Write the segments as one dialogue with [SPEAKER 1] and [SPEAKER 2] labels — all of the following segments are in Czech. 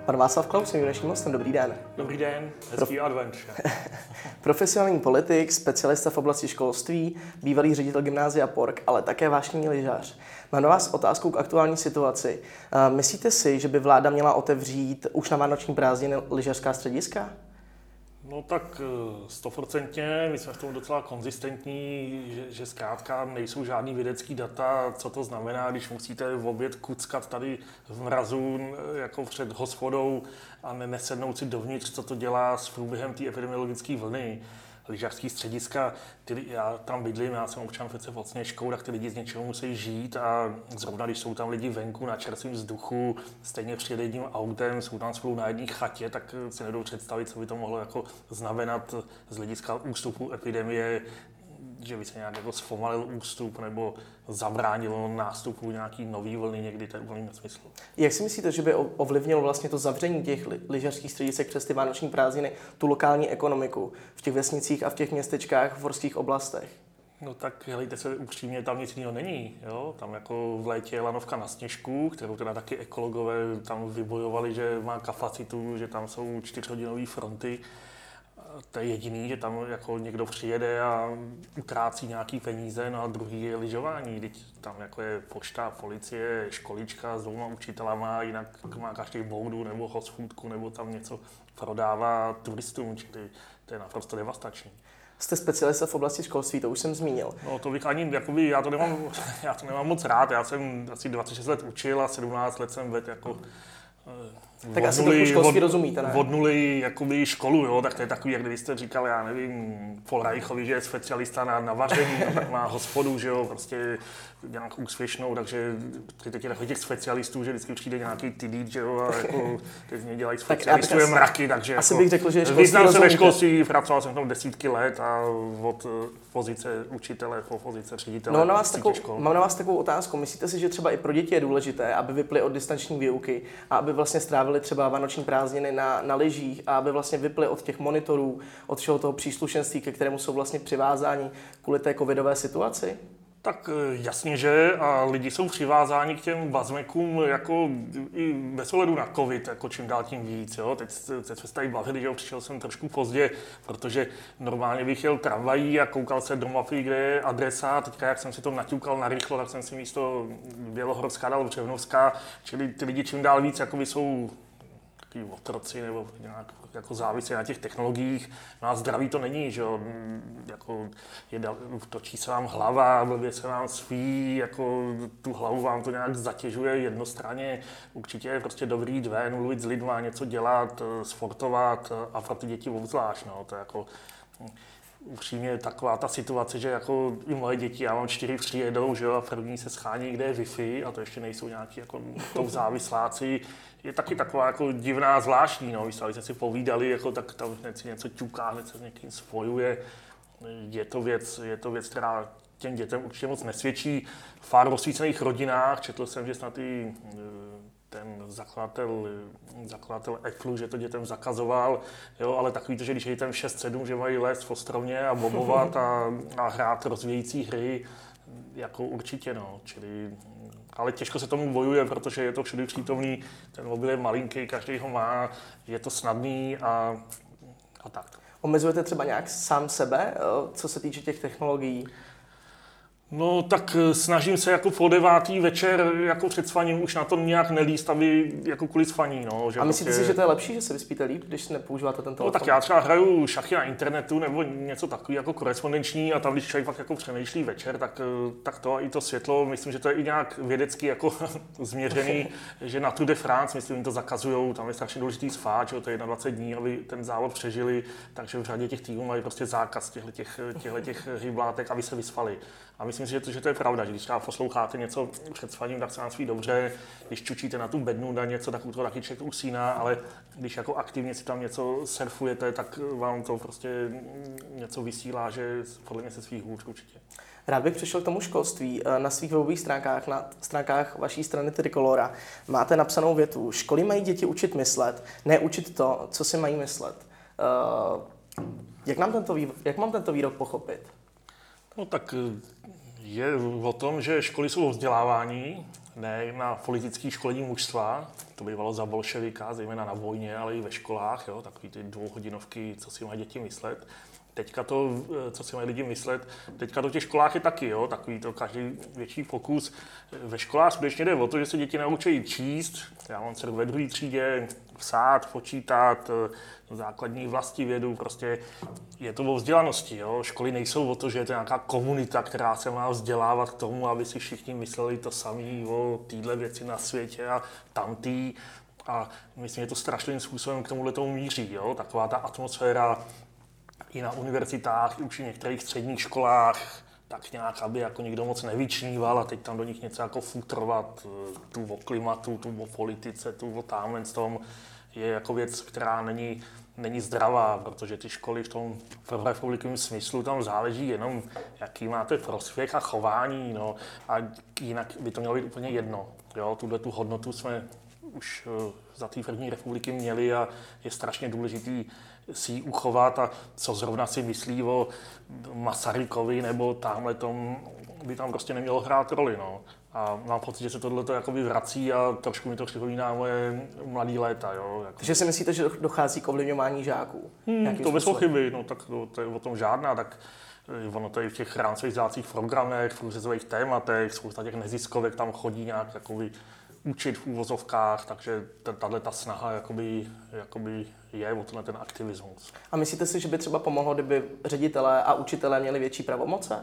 [SPEAKER 1] Pan Václav Klaus, je dnešním hostem. Dobrý den.
[SPEAKER 2] Dobrý den, hezký advent.
[SPEAKER 1] Profesionální politik, specialista v oblasti školství, bývalý ředitel gymnázia Pork, ale také vášnivý lyžař. Mám na vás otázku k aktuální situaci. Myslíte si, že by vláda měla otevřít už na vánoční prázdniny lyžařská střediska?
[SPEAKER 2] No tak 100%, my jsme v tom docela konzistentní, že zkrátka nejsou žádný vědecký data, co to znamená, když musíte v oběd kuckat tady v mrazu jako před hospodou a nesednout si dovnitř, co to dělá s průběhem té epidemiologické vlny. Lyžařský střediska, já tam bydlím, já jsem občan přece pod Sněžkou, tak ty lidi z něčeho musí žít a zrovna když jsou tam lidi venku na čerstvém vzduchu, stejně přijede jedním autem, jsou tam spolu na jedné chatě, tak si nedou představit, co by to mohlo jako znamenat z hlediska ústupu epidemie, že by se nějak jako zpomalil ústup nebo zabránilo nástupu nějaký nový vlny, někdy to je úplný nesmysl.
[SPEAKER 1] Jak si myslíte, že by ovlivnilo vlastně to zavření těch lyžařských středisek přes ty vánoční prázdniny tu lokální ekonomiku v těch vesnicích a v těch městečkách v horských oblastech?
[SPEAKER 2] No tak helejte se, upřímně tam nic jiného není, jo? Tam jako v létě je lanovka na Sněžku, kterou teda taky ekologové tam vybojovali, že má kapacitu, že tam jsou 4hodinové fronty. To je jediný, že tam jako někdo přijede a utrácí nějaký peníze, no a druhý je lyžování. Teď tam jako je pošta, policie, školička s 2 učitelama, jinak má každý boudu nebo hospodku, nebo tam něco prodává turistům, čili to je naprosto devastační.
[SPEAKER 1] Jste specialista v oblasti školství, to už jsem zmínil.
[SPEAKER 2] No to bych ani, jakoby, já to nemám moc rád, já jsem asi 26 let učil a 17 let jsem vedl jako
[SPEAKER 1] tak asi trochu školství rozumíte, ne?
[SPEAKER 2] Od nuly jakoby školu, jo, tak to je takový, jak kdybyste říkal, já nevím, Paul Reichovi, že je specialista na vaření, no, tak má hospodu, že jo, prostě nějak úspěšnou, takže teď je takových těch specialistů, že vždycky přijde nějaký tidít, že jo, a jako teď z něj dělají specialistů je mraky, takže
[SPEAKER 1] asi
[SPEAKER 2] jako,
[SPEAKER 1] bych řekl, že
[SPEAKER 2] vyznám se ve školství, pracoval jsem tam desítky let a od pozice učitele po pozice ředitele.
[SPEAKER 1] No, mám na vás takovou otázku. Myslíte si, že třeba i pro děti je důležité, aby vyply od distanční výuky a aby vlastně strávili třeba vánoční prázdniny na lyžích a aby vlastně vyply od těch monitorů, od všeho toho příslušenství, ke kterému jsou vlastně přivázáni kvůli té covidové situaci?
[SPEAKER 2] Tak jasně, že a lidi jsou přivázáni k těm bazmekům jako i bez ohledu na covid, jako čím dál tím víc. Jo. Teď jsme se tady bavili, že přišel jsem trošku pozdě, protože normálně bych jel tramvají a koukal se do mapy, kde je adresa. Teďka, jak jsem si to naťukal narychlo, tak jsem si místo Bělohrodská dal Břevnovská, čili ty lidi čím dál víc jakoby jsou takový otroci nebo nějak jako závisí na těch technologiích. No a zdraví to není, že jo, jako točí se vám hlava, blbě se vám spí, jako tu hlavu vám to nějak zatěžuje jednostranně. Určitě je prostě dobrý ven, mluvit s lidma, něco dělat, sportovat a pro ty děti obzvlášť, no, to je jako upřímně taková ta situace, že jako i moje děti, já mám 4 přijedou, že jo, a první se schání, kde je Wi-Fi a to ještě nejsou nějaký jako tou závisláci. Je taky taková jako divná, zvláštní, no, když jsme si povídali, jako tak tam hned si něco ťuká, hned se s někým spojuje. Je to věc, která těm dětem určitě moc nesvědčí. V pár rozsvícených rodinách četl jsem, že snad i ten zakladatel Apple, že to dětem zakazoval, jo, ale takový to, že když je dětem 6-7, že mají lézt v ostrovně a bobovat a hrát rozvíjející hry, jako určitě, no, čili ale těžko se tomu bojuje, protože je to všude přítomný, ten mobil je malinký, každý ho má, je to snadný a tak.
[SPEAKER 1] Omezujete třeba nějak sám sebe, co se týče těch technologií?
[SPEAKER 2] No tak snažím se jako po 9. večer jako před spaním už na to nějak nelíst, aby jako kvůli spaní. No, že
[SPEAKER 1] a myslíte si, že to je lepší, že se vyspíte líp, když nepoužíváte ten telefon?
[SPEAKER 2] No tak já třeba hraju šachy na internetu nebo něco takový jako korespondenční a tam, když člověk pak jako přemýšlí večer, tak to i to světlo, myslím, že to je i nějak vědecky jako změřený, že na Tour de France, myslím, to zakazujou, tam je strašně důležitý spát, že to je 21 dní, aby ten závod přežili, takže v řadě těch týmů mají prostě zákaz těchto hyblátek, aby se vyspali. A myslím si, že to je pravda, že když třeba posloucháte něco před spaním, tak se vám spí dobře, když čučíte na tu bednu na něco, tak u toho taky člověk usíná, ale když jako aktivně si tam něco surfujete, tak vám to prostě něco vysílá, že podle mě se spí hůř určitě.
[SPEAKER 1] Rád bych přešel k tomu školství. Na svých webových stránkách, na stránkách vaší strany Trikolora, máte napsanou větu: školy mají děti učit myslet, ne učit to, co si mají myslet. Jak mám tento výrok pochopit?
[SPEAKER 2] No tak je o tom, že školy jsou o vzdělávání, ne na politické školení mužstva, to bývalo za bolševika, zejména na vojně, ale i ve školách, jo, takový ty 2hodinovky, co si mají děti myslet. Teďka to, co si mají lidi myslet, teďka do těch školách je taky, jo, takový to každý větší pokus. Ve školách skutečně jde o to, že se děti naučí číst, já mám dceru ve 2. třídě, psát, počítat, základní vlastivědu, prostě je to o vzdělanosti, jo. Školy nejsou o to, že je to nějaká komunita, která se má vzdělávat k tomu, aby si všichni mysleli to samé o téhle věci na světě a tamtý. A myslím, že to strašným způsobem k tomuhle tomu míří, jo. Taková ta atmosféra i na univerzitách, i už i některých středních školách, tak nějak, aby jako nikdo moc nevyčníval a teď tam do nich něco jako futrovat, tu o klimatu, tu o politice, tu o támhle tom, je jako věc, která není zdravá, protože ty školy v tom prvorepublikovém smyslu tam záleží jenom, jaký máte prospěch a chování, no, a jinak by to mělo být úplně jedno. Jo, tu hodnotu jsme už za té první republiky měli a je strašně důležitý si ji uchovat a co zrovna si myslí o Masarykovi nebo tamhletom, by tam prostě nemělo hrát roli, no. A mám pocit, že se tohleto jakoby vrací a trošku mi to připomíná moje mladý léta, jo. Jako.
[SPEAKER 1] Takže si myslíte, že dochází k ovlivňování žáků?
[SPEAKER 2] To bez pochyby, no tak to je o tom žádná, tak ono to i v těch rámcových vzdělávacích programech, v průřezových tématech, spousta těch neziskovek tam chodí nějak jakoby učit v úvozovkách, takže tato snaha jakoby je o ten aktivismus.
[SPEAKER 1] A myslíte si, že by třeba pomohlo, kdyby ředitelé a učitelé měli větší pravomoce?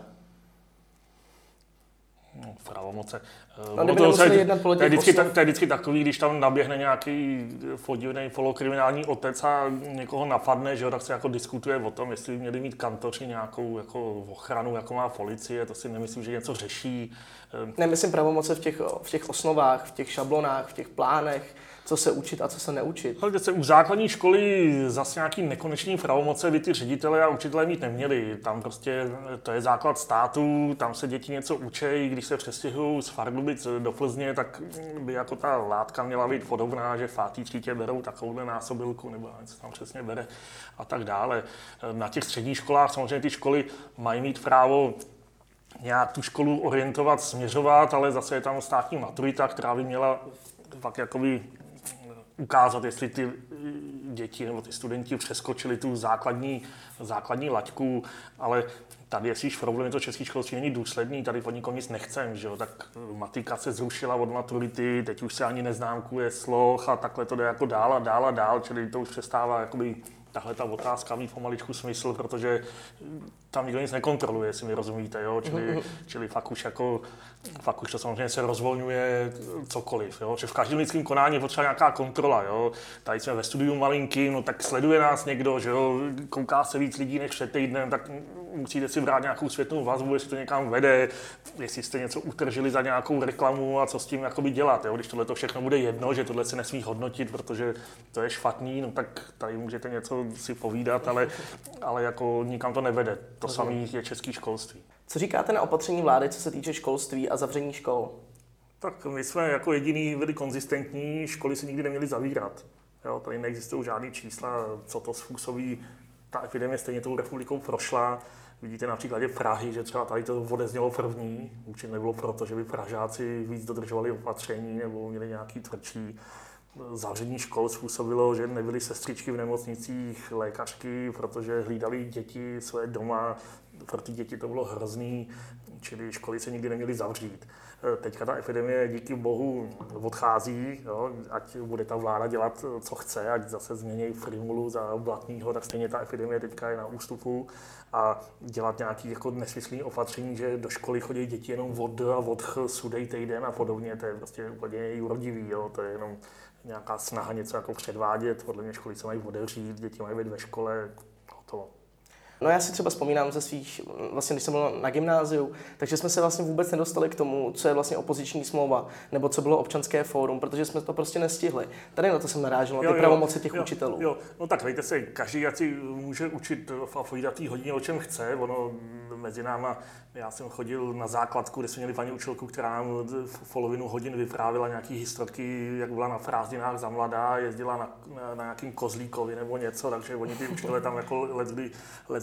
[SPEAKER 2] No, pravomoce.
[SPEAKER 1] No, kdyby nemuseli jednat podle těch
[SPEAKER 2] to je vždycky takový, když tam naběhne nějaký podivný polokriminální otec a někoho napadne, že jo, tak se jako diskutuje o tom, jestli by měli mít kantoři nějakou jako ochranu, jako má policie, to si nemyslím, že něco řeší.
[SPEAKER 1] Nemyslím pravomoce v těch osnovách, v těch šablonách, v těch plánech, co se učit a co se neučit.
[SPEAKER 2] Ale u základní školy zase nějaký nekonečný pravomoce by ty ředitelé a učitelé mít neměli. Tam prostě to je základ státu, tam se děti něco učí, když se přestěhují z Pardubic do Plzně, tak by jako ta látka měla být podobná, že v 5. třídě berou takovouhle násobilku, nebo co tam přesně bere a tak dále. Na těch středních školách samozřejmě ty školy mají mít právo nějak tu školu orientovat, směřovat, ale zase je tam státní maturita, která by měla pak jakoby ukázat, jestli ty děti nebo ty studenti přeskočili tu základní laťku, ale tady je spíš problém, to české školství není důsledný, tady po nikom nic nechcem, že jo, tak matika se zrušila od maturity, teď už se ani neznámkuje sloh a takhle to jde jako dál a dál, čili to už přestává jakoby tahle ta otázka mít pomaličku smysl, protože tam nikdo nic nekontroluje, jestli mi rozumíte, jo? Čili fakt už to samozřejmě se rozvolňuje cokoliv, jo? Že v každém lidském konání je potřeba nějaká kontrola, jo? Tady jsme ve studiu malinkým, no tak sleduje nás někdo, že jo? Kouká se víc lidí než před týdnem, tak musíte si brát nějakou zpětnou vazbu, jestli to někam vede, jestli jste něco utržili za nějakou reklamu a co s tím jakoby dělat, jo? Když tohle to všechno bude jedno, že tohle se nesmí hodnotit, protože to je špatný, no tak tady můžete něco si povídat, ale jako nikam to nevede. To samé je české školství.
[SPEAKER 1] Co říkáte na opatření vlády, co se týče školství a zavření škol?
[SPEAKER 2] Tak my jsme jako jediný byli konzistentní, školy se nikdy neměly zavírat. Jo, tady neexistují žádný čísla, co to způsobí. Ta epidemie stejně tou republikou prošla. Vidíte na příkladě Prahy, že třeba tady to odeznělo první. Určitě nebylo proto, že by Pražáci víc dodržovali opatření nebo měli nějaký tvrdší. Zavření škol způsobilo, že nebyly sestřičky v nemocnicích, lékařky, protože hlídali děti své doma. Pro ty děti to bylo hrozný, čili školy se nikdy neměly zavřít. Teďka ta epidemie díky bohu odchází, jo, ať bude ta vláda dělat, co chce, ať zase změní Frimulu za Blatnýho, tak stejně ta epidemie teďka je na ústupu a dělat nějaký jako nesmyslný opatření, že do školy chodí děti jenom od a od sudej týden a podobně, to je prostě úplně jurodivý, jo, to je jenom nějaká snaha něco jako předvádět, podle mě školy se mají otevřít, děti mají být ve škole, hotovo.
[SPEAKER 1] No já si třeba vzpomínám ze svých, vlastně když jsem byl na gymnáziu, takže jsme se vlastně vůbec nedostali k tomu, co je vlastně opoziční smlouva, nebo co bylo občanské fórum, protože jsme to prostě nestihli. Tady na to jsem narážel, na ty pravomoci těch učitelů.
[SPEAKER 2] Jo. No tak vejte se, každý ať si může učit a povídat té hodině, o čem chce. Ono mezi náma, já jsem chodil na základku, kde jsme měli paní učitelku, která nám v polovinu hodin vyprávěla nějaký historky, jak byla na prázdninách za mladá, jezdila na nějakým kozlíkovi nebo něco, takže oni ty učitelé tam jako leckdy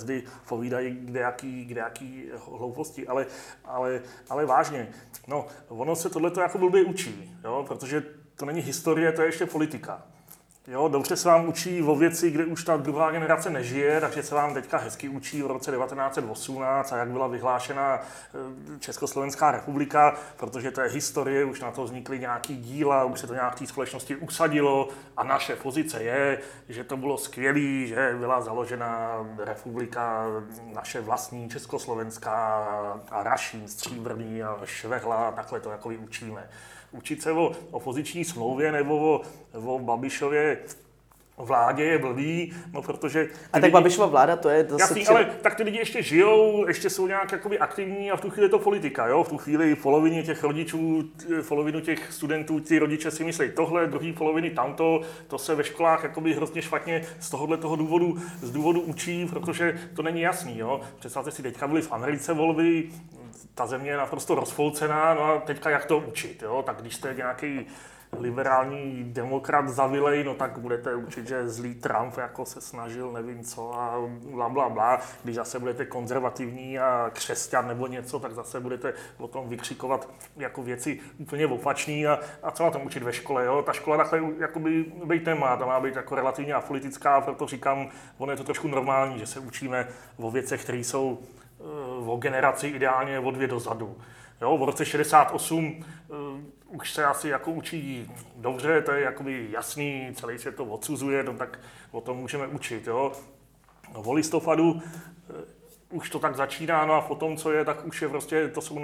[SPEAKER 2] zde povídají kdejaký hlouposti, ale vážně, no, ono se tohleto jako blbě učí, jo, protože to není historie, to je ještě politika. Jo, dobře se vám učí o věci, kde už ta druhá generace nežije, takže se vám teďka hezky učí v roce 1918 a jak byla vyhlášena Československá republika, protože to je historie, už na to vznikly nějaký díla, už se to nějak té společnosti usadilo a naše pozice je, že to bylo skvělý, že byla založena republika naše vlastní Československá a Rašín, Stříbrný a Švehla a takhle to jako učíme. Učit se o opoziční smlouvě nebo o Babišově vládě je blbý, no protože...
[SPEAKER 1] A tak Babišova vláda, to je zase...
[SPEAKER 2] Jasný, ale tak ty lidi ještě žijou, ještě jsou nějak jakoby aktivní a v tu chvíli je to politika, jo? V tu chvíli polovině těch rodičů, polovinu těch studentů, ty rodiče si myslí tohle, druhý poloviny tamto, to se ve školách jakoby hrozně špatně z toho důvodu učí, protože to není jasný, jo? Představte si, teďka byly v Americe volby, ta země je naprosto rozpolcená, no a teďka jak to učit, jo? Tak když jste nějaký liberální demokrat zavilej, no tak budete učit, že zlý Trump jako se snažil nevím co a blablabla. Když zase budete konzervativní a křesťan nebo něco, tak zase budete o tom vykřikovat jako věci úplně opačný a co na tom učit ve škole, jo? Ta škola takhle jakoby být nemá, ta má být jako relativně apolitická, proto říkám, ono je to trošku normální, že se učíme o věcech, které jsou o generaci ideálně o 2 dozadu. Jo, v roce 68 už se asi jako učí dobře, to je jakoby jasný, celý svět to odsuzuje, no tak o tom můžeme učit. Jo. No, o listopadu už to tak začíná, no a potom, co je, tak už je prostě, to jsou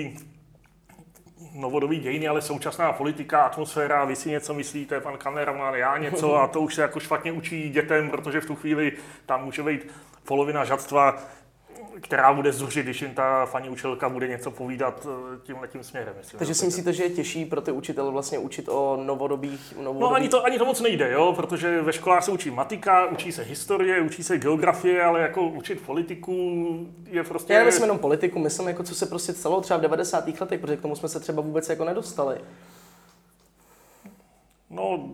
[SPEAKER 2] novodobí dějiny, ale současná politika, atmosféra, vy si něco myslíte, pan kameraman, já něco a to už se jako špatně učí dětem, protože v tu chvíli tam může být polovina žadstva, která bude zuřit, když jim ta paní učitelka bude něco povídat tímhletím směrem.
[SPEAKER 1] Takže si myslíte, že je těžší pro ty učitele vlastně učit o novodobých...
[SPEAKER 2] No ani to moc nejde, jo, protože ve školách se učí matika, učí se historie, učí se geografie, ale jako učit politiku je prostě...
[SPEAKER 1] Já nemyslím jenom politiku, myslím jako co se prostě stalo třeba v 90. letech, protože k tomu jsme se třeba vůbec jako nedostali.
[SPEAKER 2] No,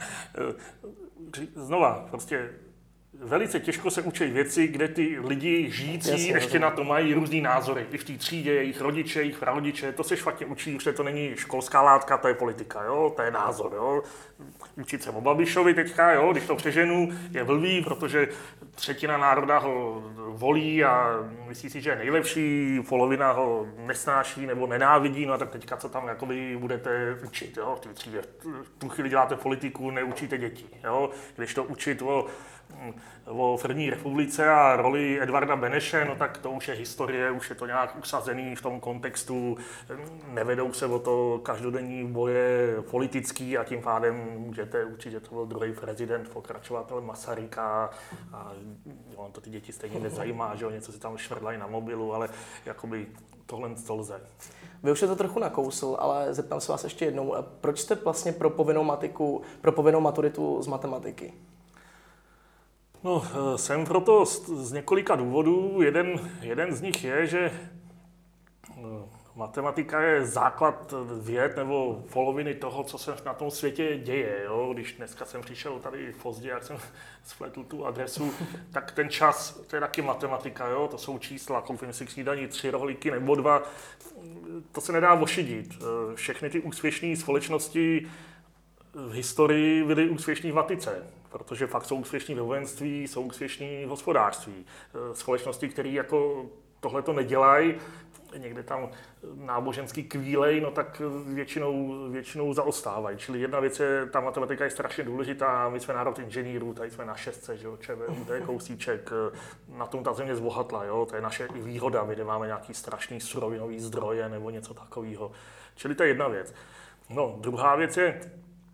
[SPEAKER 2] znova, prostě... Velice těžko se učí věci, kde ty lidi žijící ještě na to mají různý názory. I v té třídě, jejich rodiče, jejich prarodiče, to se špatně učí, protože to není školská látka, to je politika, jo? To je názor. Jo? Učit se o Babišovi teďka, jo? Když to přeženu, je blbý, protože třetina národa ho volí a myslí si, že je nejlepší, polovina ho nesnáší nebo nenávidí, no a tak teďka co tam jakoby budete učit, jo? V té třídě. V tu chvíli děláte politiku, neučíte děti, jo? Když to učit o první republice a roli Edvarda Beneše, no tak to už je historie, už je to nějak usazený v tom kontextu, nevedou se o to každodenní boje politický a tím pádem můžete učit, že to byl druhý prezident, pokračovatel Masaryka a to ty děti stejně nezajímá, že něco si tam švrdlají na mobilu, ale jakoby tohle to lze.
[SPEAKER 1] Vy už je to trochu nakousl, ale zeptám se vás ještě jednou, proč jste vlastně pro povinnou maturitu z matematiky?
[SPEAKER 2] No, jsem proto z několika důvodů. Jeden z nich je, že matematika je základ věd nebo poloviny toho, co se na tom světě děje. Jo? Když dneska jsem přišel tady pozdě, jak jsem spletl tu adresu, tak ten čas, to je taky matematika, jo? To jsou čísla, koupím si k snídani 3 rohlíky nebo 2. To se nedá ošidit. Všechny ty úspěšné společnosti v historii byly úspěšní v matice. Protože fakt jsou úspěšní ve vojenství, jsou úspěšní v hospodářství. Společnosti, které jako tohle to nedělají, někde tam náboženský kvílej, no tak většinou zaostávají. Čili jedna věc je, ta matematika je strašně důležitá, my jsme národ inženýrů, tady jsme na 6, že jo, ČVUT, kousíček, na tom ta země zbohatla, jo, to je naše výhoda, my nemáme nějaký strašný surovinový zdroje nebo něco takového. Čili to je jedna věc. No, druhá věc je,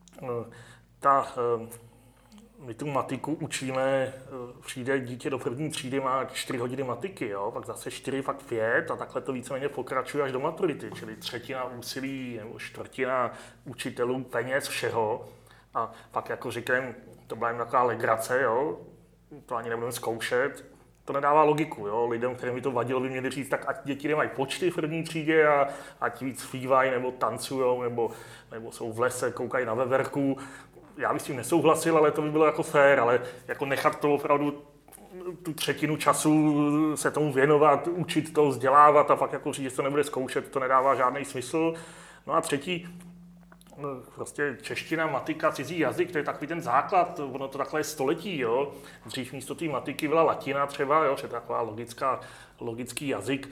[SPEAKER 2] my tu matiku učíme, přijde dítě do první třídy, má 4 hodiny matiky, jo? Pak zase 4, pak 5 a takhle to víceméně pokračuje až do maturity, čili 1/3 úsilí nebo 1/4 učitelů, peněz, všeho. A pak jako říkám, to byla jen taková legrace, jo? To ani nebudeme zkoušet. To nedává logiku, jo? Lidem, kterým by to vadilo, by měli říct, tak ať děti nemají počty v první třídě a ať víc zpívají nebo tancujou nebo jsou v lese, koukají na veverku. Já bych s tím nesouhlasil, ale to by bylo jako fér, ale jako nechat to opravdu tu třetinu času se tomu věnovat, učit to, vzdělávat a fakt jako říct, že to nebude zkoušet, to nedává žádný smysl. No a třetí, prostě čeština, matika, cizí jazyk, to je takový ten základ, ono to takhle je století, jo. Dřív místo té matiky byla latina třeba, jo, že je taková logický jazyk.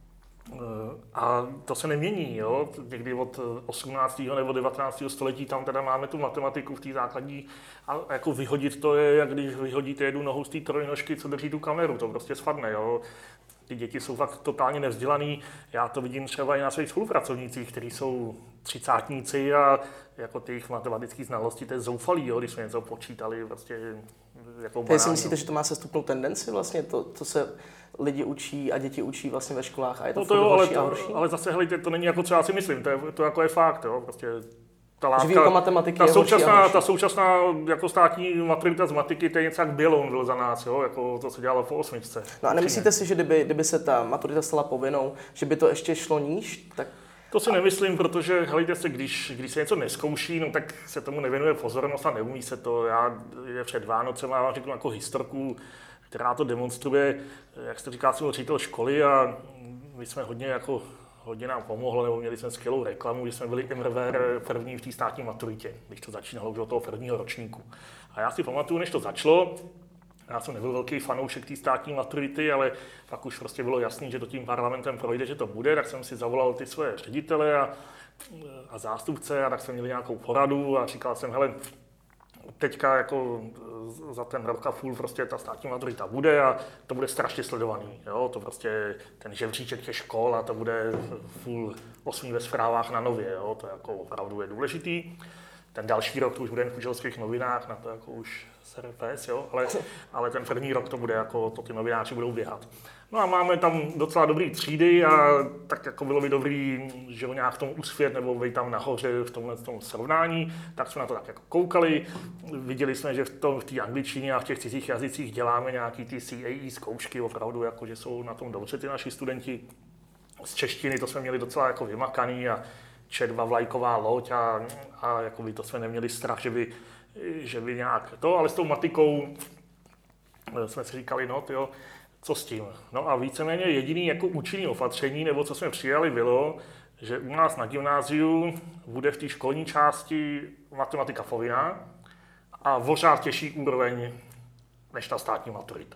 [SPEAKER 2] A to se nemění, jo. Někdy od 18. nebo 19. století tam teda máme tu matematiku v té základní a jako vyhodit to je, jak když vyhodíte jednu nohu z té trojnožky, co drží tu kameru, to prostě spadne, jo. Ty děti jsou fakt totálně nevzdělaný. Já to vidím třeba i na svých spolupracovnících, kteří jsou třicátníci a jako ty jejich matematické znalosti, to je zoufalý, jo, když jsme něco počítali, prostě jako banální.
[SPEAKER 1] Ty si myslíte, že to má sestupnou tendenci vlastně, to se lidi učí a děti učí vlastně ve školách a je to,
[SPEAKER 2] to jo,
[SPEAKER 1] horší a horší?
[SPEAKER 2] Ale zase, helejte, to není jako co já si myslím, to jako je fakt, jo, prostě ta
[SPEAKER 1] látka, výuka matematiky je horší a horší.
[SPEAKER 2] Ta současná jako státní maturita z matiky, to je něco jak Běloun byl za nás, jo, jako to, co dělalo po 8.
[SPEAKER 1] No a nemyslíte si, že kdyby se ta maturita stala povinnou, že by to ještě šlo níž? Tak...
[SPEAKER 2] To si nemyslím, protože helejte se, když se něco neskouší, no tak se tomu nevěnuje pozornost a neumí se to. Je před Vánocem, já vám řeknu jako historku, která to demonstruje, jak jste říká, jsem učitel školy a my jsme hodně nám pomohlo, nebo měli jsme skvělou reklamu, že jsme byli MRVR první v té státní maturitě, když to začínalo už od toho prvního ročníku. A já si pamatuju, než to začalo, já jsem nebyl velký fanoušek té státní maturity, ale pak už prostě bylo jasný, že to tím parlamentem projde, že to bude, tak jsem si zavolal ty své ředitele a zástupce a tak jsme měli nějakou poradu a říkal jsem, hele, teďka jako za ten rok a půl prostě ta státní maturita bude a to bude strašně sledovaný, jo, to prostě ten žebříček těch škol a to bude full 8 ve zprávách na Nově, jo, to jako opravdu je důležitý. Ten další rok to už bude v učitelských novinách, na to jako už serpes, jo, ale ten první rok to bude jako, to ty novináři budou běhat. No a máme tam docela dobrý třídy a tak jako bylo by dobrý, že ho nějak v tom uspět nebo být tam nahoře v tom srovnání, tak jsme na to tak jako koukali. Viděli jsme, že v té angličtině a v těch cizích jazycích děláme nějaký ty CAE zkoušky, opravdu jako, že jsou na tom dobře ty naši studenti. Z češtiny to jsme měli docela jako vymakaný a četba vlajková loď a jako by to jsme neměli strach, že by nějak to, ale s tou matikou jsme si říkali, no tyjo, co s tím? No a víceméně jediný jako účinný opatření, nebo co jsme přijali, bylo, že u nás na gymnáziu bude v té školní části matematika povinná a pořád těžší úroveň než ta státní maturita.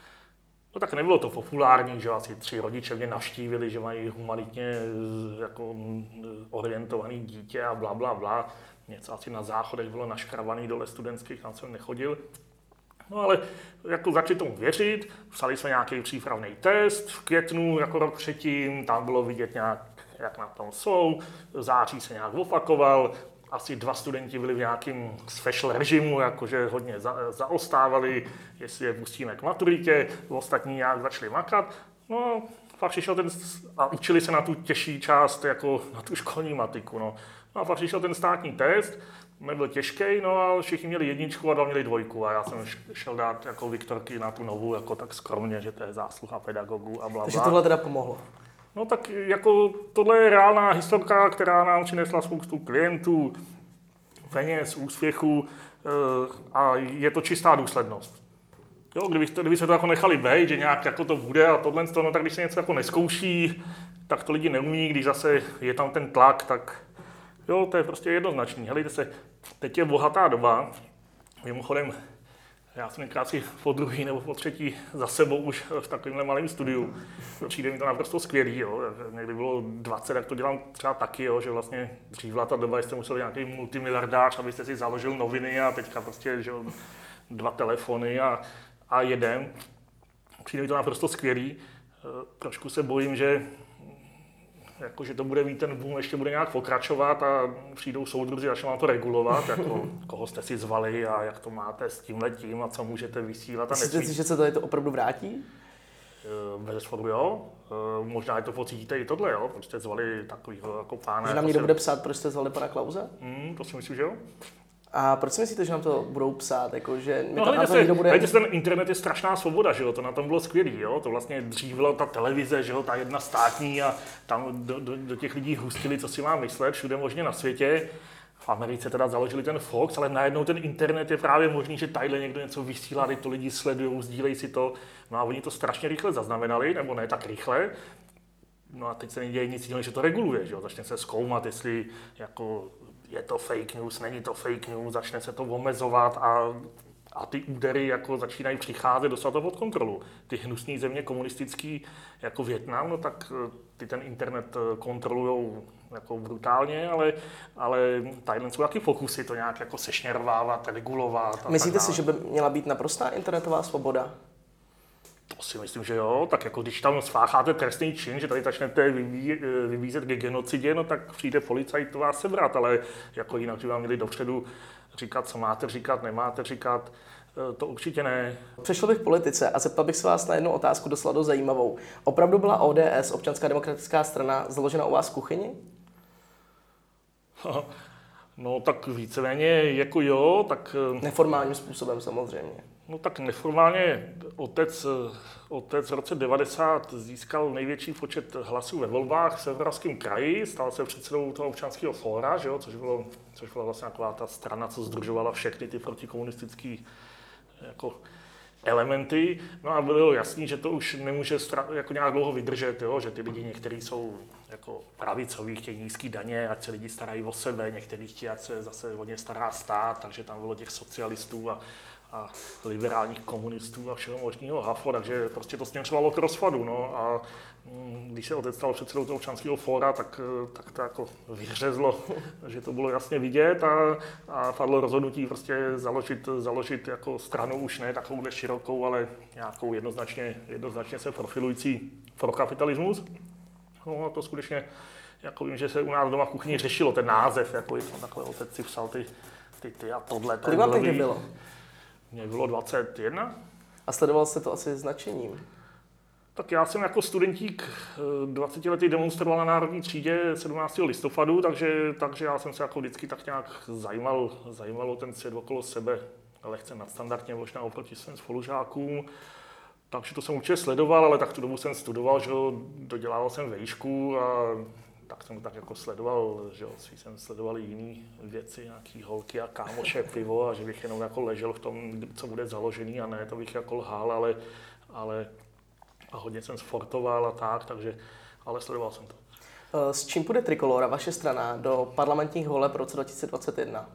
[SPEAKER 2] No tak nebylo to populární, že asi 3 rodiče mě navštívili, že mají humanitně jako orientovaný dítě a bla, bla, bla. Něco asi na záchodech bylo naškravaný dole studentských, tam jsem nechodil. No ale jako začali tomu věřit, psali jsme nějaký přípravný test v květnu, jako rok předtím, tam bylo vidět nějak, jak na tom jsou, v září se nějak opakoval, asi 2 studenti byli v nějakém special režimu, jakože hodně zaostávali, jestli je pustíme k maturitě, ostatní nějak začali makat. No pak přišel a učili se na tu těžší část, jako na tu školní matiku. No a pak přišel ten státní test, nebyl těžký, no a všichni měli 1 a 2 měli 2 a já jsem šel dát jako Viktorky na tu novou, jako tak skromně, že to je zásluha pedagogů a bla.
[SPEAKER 1] Takže tohle teda pomohlo?
[SPEAKER 2] No tak jako tohle je reálná historka, která nám přinesla spoustu klientů, peněz, úspěchu a je to čistá důslednost. Jo, kdyby se to jako nechali být, že nějak jako to bude a tohle, no tak když se něco jako neskouší, tak to lidi neumí, když zase je tam ten tlak, tak jo, to je prostě jednoznačný. Helejte se, teď je bohatá doba, mimochodem, já jsem někdy asi po druhý nebo po třetí za sebou už v takovémhle malém studiu. Přijde mi to naprosto skvělý, jo. Někdy bylo 20, tak to dělám třeba taky, jo, že vlastně dřív byla ta doba, jste museli nějaký multimiliardář, abyste si založil noviny a teďka prostě, že 2 telefony a jeden. Přijde mi to naprosto skvělý. Trošku se bojím, že to bude mít ten boom, ještě bude nějak pokračovat a přijdou soudruzi a začnou vám to regulovat, jako koho jste si zvali a jak to máte s tímhletím a co můžete vysílat a
[SPEAKER 1] nesmíte. Myslíte si, že se to opravdu vrátí?
[SPEAKER 2] Bezesporu jo. Možná je to pocítíte i tohle, jo, proč jste zvali takovýho jako pána.
[SPEAKER 1] Že nám někdo bude psát, proč jste zvali pana Klause?
[SPEAKER 2] To si myslím, že jo.
[SPEAKER 1] A proč si myslíte, že nám to budou psát? Jako, že
[SPEAKER 2] hledajte se, ten internet je strašná svoboda, že jo? To na tom bylo skvělý, jo? To vlastně dřív byla ta televize, že jo? Ta jedna státní a tam do těch lidí hustili, co si má myslet, všude možně na světě. v Americe teda založili ten Fox, ale najednou ten internet je právě možný, že tadyhle někdo něco vysílá, teď to lidi sledují, sdílejí si to. No a oni to strašně rychle zaznamenali, nebo ne tak rychle. No a teď se neděje nic jiného, že to reguluje, že jo? Začne se zkoumat, jestli jako je to fake news, není to fake news, začne se to omezovat a ty údery jako začínají přicházet, dostat to pod kontrolu. Ty hnusné země komunistický jako Vietnam, no tak ty ten internet kontrolujou jako brutálně, ale tadyhle jsou taky pokusy to nějak jako sešněrovávat, regulovat.
[SPEAKER 1] Myslíte si, že by měla být naprostá internetová svoboda?
[SPEAKER 2] To si myslím, že jo. Tak jako když tam spácháte trestný čin, že tady začnete vybízet k genocidě, no tak přijde policajt to vás sebrat, ale jako jinak by vám měli dopředu říkat, co máte říkat, nemáte říkat, to určitě ne.
[SPEAKER 1] Přešel bych k politice a zeptal bych se vás na jednu otázku dost zajímavou. Opravdu byla ODS, Občanská demokratická strana, založena u vás v kuchyni?
[SPEAKER 2] No tak víceméně jako jo, tak...
[SPEAKER 1] Neformálním způsobem samozřejmě.
[SPEAKER 2] No tak neformálně otec v roce 90 získal největší počet hlasů ve volbách v Severomoravském kraji, stal se předsedou toho občanského fóra, že jo, což byla vlastně taková ta strana, co sdružovala všechny ty protikomunistické jako elementy. No a bylo jasný, že to už nemůže jako nějak dlouho vydržet, jo, že ty lidi někteří jsou jako pravicoví, chtějí nízký daně, ať se lidi starají o sebe, někteří chtějí, ať se zase o ně stará stát, takže tam bylo těch socialistů a liberálních komunistů a všeho možného hafo, takže prostě to směřovalo k rozpadu. No. A když se otec stal předsedou toho občanského fóra, tak to jako vyhřezlo, že to bylo jasně vidět a padlo rozhodnutí prostě založit jako stranu už ne takovouhle širokou, ale nějakou jednoznačně se profilující prokapitalismus. No a to skutečně, jako vím, že se u nás doma v kuchyni řešilo ten název, jako takhle otec si psal ty a tohle.
[SPEAKER 1] Kolik vám tehdy bylo?
[SPEAKER 2] Mně bylo 21.
[SPEAKER 1] A sledoval jste to asi značením?
[SPEAKER 2] Tak já jsem jako studentík 20 letý demonstroval na Národní třídě 17. listopadu, takže já jsem se jako vždycky tak nějak zajímal ten svět okolo sebe lehce nadstandardně, možná oproti svým spolužákům. Takže to jsem určitě sledoval, ale tak tu dobu jsem studoval, že dodělával jsem vejšku a tak jsem tak jako sledoval, že jsem sledoval i jiný věci, nějaký holky a kámoše, pivo a že bych jenom jako ležel v tom, co bude založený a ne, to bych jako lhal, ale a hodně jsem sportoval a tak, takže, ale sledoval jsem to.
[SPEAKER 1] S čím půjde Trikolóra, vaše strana, do parlamentních voleb v roce 2021?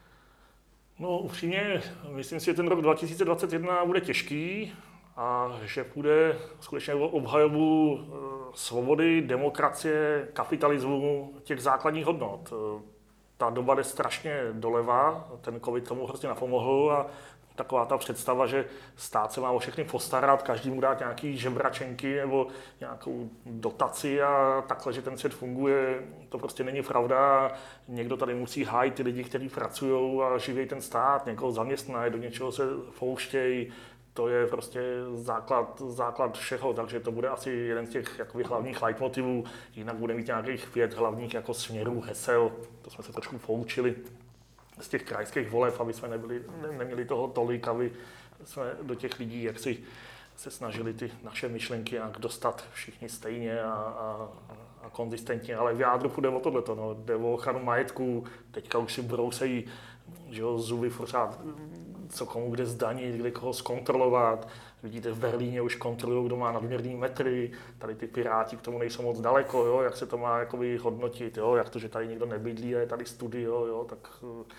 [SPEAKER 2] No upřímně, myslím si, že ten rok 2021 bude těžký a že půjde skutečně o obhajobu svobody, demokracie, kapitalismu, těch základních hodnot. Ta doba jde strašně doleva, ten covid tomu hrozně napomohl a taková ta představa, že stát se má o všechny postarat, každý mu dát nějaký žebračenky nebo nějakou dotaci a takhle, že ten svět funguje, to prostě není pravda. Někdo tady musí hájit ty lidi, kteří pracují a živí ten stát, někoho zaměstnají, do něčeho se pouštějí. To je prostě základ všeho, takže to bude asi jeden z těch jakoby hlavních leitmotivů. Jinak bude mít nějakých 5 hlavních jako směrů, hesel, to jsme se trošku poučili z těch krajských voleb, aby jsme neměli toho tolik, aby jsme do těch lidí jaksi se snažili ty naše myšlenky nějak dostat všichni stejně a konzistentně, ale v jádru půjde o tohleto, no. Jde o ochranu majetku, teďka už si brousejí, že jo, zuby pořád, co komu kde zdanit, kde koho zkontrolovat. Vidíte, v Berlíně už kontrolují, kdo má nadměrný metry, tady ty piráti k tomu nejsou moc daleko, jo, jak se to má jakoby hodnotit, jo, jak to, že tady někdo nebydlí a je tady studio, jo, tak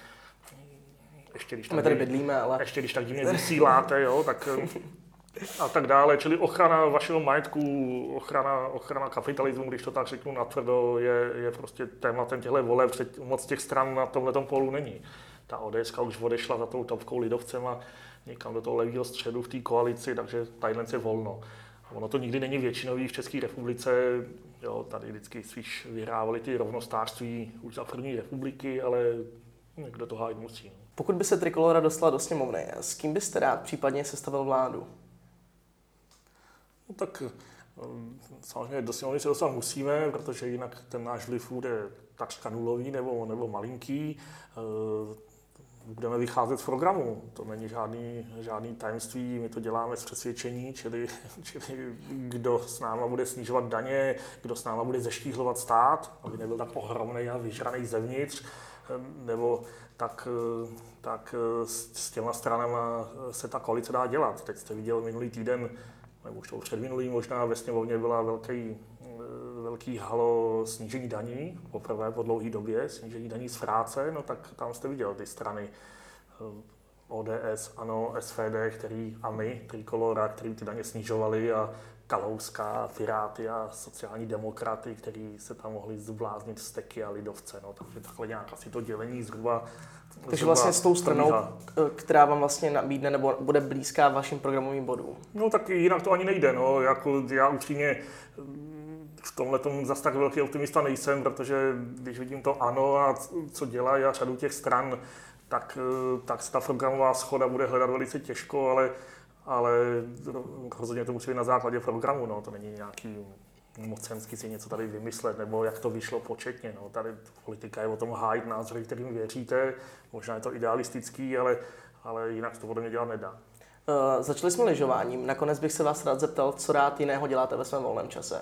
[SPEAKER 2] ještě když tak divně vysíláte, jo, tak a tak dále, čili ochrana vašeho majetku, ochrana kapitalismu, když to tak řeknu natvrdo, je prostě tématem těchto voleb, moc těch stran na tomhletom polu není. Ta ODS už odešla za tou topkou lidovcem a někam do toho levého středu v té koalici, takže tadyhle je volno. Ono to nikdy není většinový v České republice, jo, tady vždycky spíš vyhrávali ty rovnostářství už za první republiky, ale někdo to hájit musí.
[SPEAKER 1] Pokud by se Trikolóra dostala do sněmovny, s kým byste rád případně sestavil vládu?
[SPEAKER 2] No tak samozřejmě do sněmovny se dostat musíme, protože jinak ten náš vliv bude takřka nulový nebo malinký. Budeme vycházet z programu, to není žádný tajemství, my to děláme z přesvědčení, čili kdo s náma bude snižovat daně, kdo s náma bude zeštíhlovat stát, aby nebyl tak ohromný a vyžraný zevnitř, nebo tak s těma stranama se ta koalice dá dělat. Teď jste viděl minulý týden, nebo už to předminulý možná, ve sněmovně byla velký halo snížení daní, poprvé po dlouhé době, snížení daní z práce, no tak tam jste viděl ty strany ODS, ANO, SPD, a my, Trikolora, který ty daně snižovali a Kalouska, Piráty a sociální demokraty, kteří se tam mohli zbláznit Steky a lidovce, no, takže takhle nějak asi to dělení zhruba.
[SPEAKER 1] Takže vlastně s tou stranou, která vám vlastně nabídne nebo bude blízká vašim programovým bodům.
[SPEAKER 2] No tak jinak to ani nejde, no, jako já upřímně v tomhletom zas tak velký optimista nejsem, protože když vidím to ANO a co dělají a řadu těch stran, tak se ta programová shoda bude hledat velice těžko, ale rozhodně to musí být na základě programu, no, to není nějaký mocenský si něco tady vymyslet, nebo jak to vyšlo početně, no, tady politika je o tom hájit názory, kterým věříte, možná je to idealistický, ale jinak to podle mě dělat nedá.
[SPEAKER 1] Začali jsme lyžováním, nakonec bych se vás rád zeptal, co rád jiného děláte ve svém volném čase?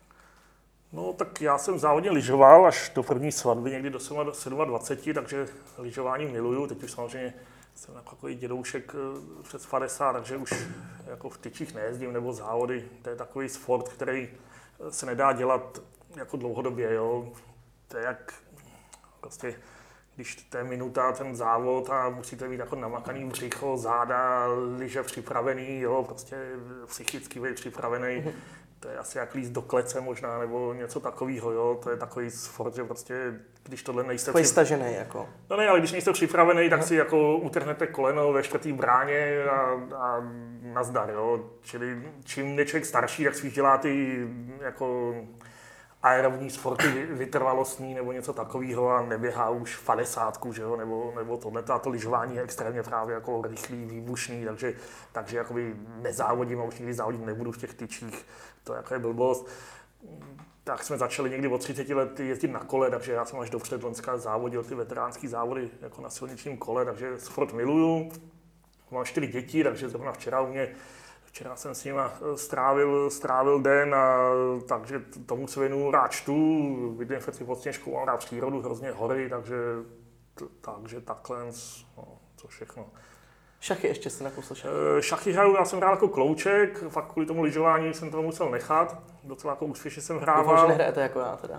[SPEAKER 2] No tak já jsem závodně lyžoval až do první svatby, někdy do 27, takže lyžování miluju. Teď už samozřejmě jsem takový dědoušek přes 50, takže už jako v tyčích nejezdím nebo závody. To je takový sport, který se nedá dělat jako dlouhodobě, jo. To je jak prostě, když to je minuta ten závod a musíte mít jako namakaný břicho, záda, lyže připravený, jo, prostě psychicky být připravený. To je asi jak líst do klece možná, nebo něco takového, jo. To je takový sport, že prostě, když tohle nejste...
[SPEAKER 1] Takový stažený, jako.
[SPEAKER 2] No ne, ale když nejste připravený, tak si jako utrhnete koleno ve čtvrtý bráně a nazdar, jo. Čili čím je člověk starší, tak spíš dělá ty jako aerobní sporty vytrvalostní nebo něco takového a neběhá už 50, že jo, nebo tohle. A to lyžování je extrémně právě jako rychlý, výbušný, takže jakoby nezávodím a už nikdy závodit nebudu v těch tyčích. To jako je blbost. Tak jsme začali někdy od 30 let jezdit na kole, takže já jsem až do předloňska závodil ty veteránský závody jako na silničním kole, takže sport miluju. Mám 4 děti, takže zrovna Včera jsem s nima strávil den, takže tomu se věnuju, rád čtu, bydlím v pod Sněžkou, mám rád přírodu, hrozně hory, takže takhle, no, to všechno.
[SPEAKER 1] Šachy ještě jste nakousl šachy?
[SPEAKER 2] Šachy hraju, já jsem hrál jako klouček, fakt kvůli tomu lyžování jsem to musel nechat, docela jako úspěšně jsem hrával.
[SPEAKER 1] Doufám, že nehrajete jako já teda.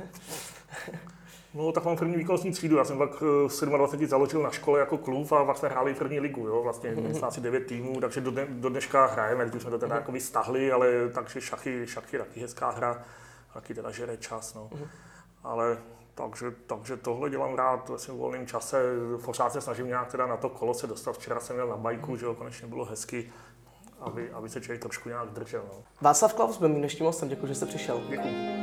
[SPEAKER 2] No tak mám první výkonnostní třídu, já jsem pak v 27 založil na škole jako klub a pak jsme hráli první ligu, jo, vlastně myslím asi 9 týmů, takže do dneška hrajeme, když jsme to teda jako vystahli, ale takže šachy taky hezká hra, taky teda žere čas, no. Ale takže tohle dělám rád ve svém volném čase, pořád se snažím nějak teda na to kolo se dostat, včera jsem měl na bajku, že jo, konečně bylo hezky, aby se člověk trošku nějak držel, no.
[SPEAKER 1] Václav Klaus byl mým dnešním hostem, děkuji, že jste přišel.
[SPEAKER 2] Děkuji.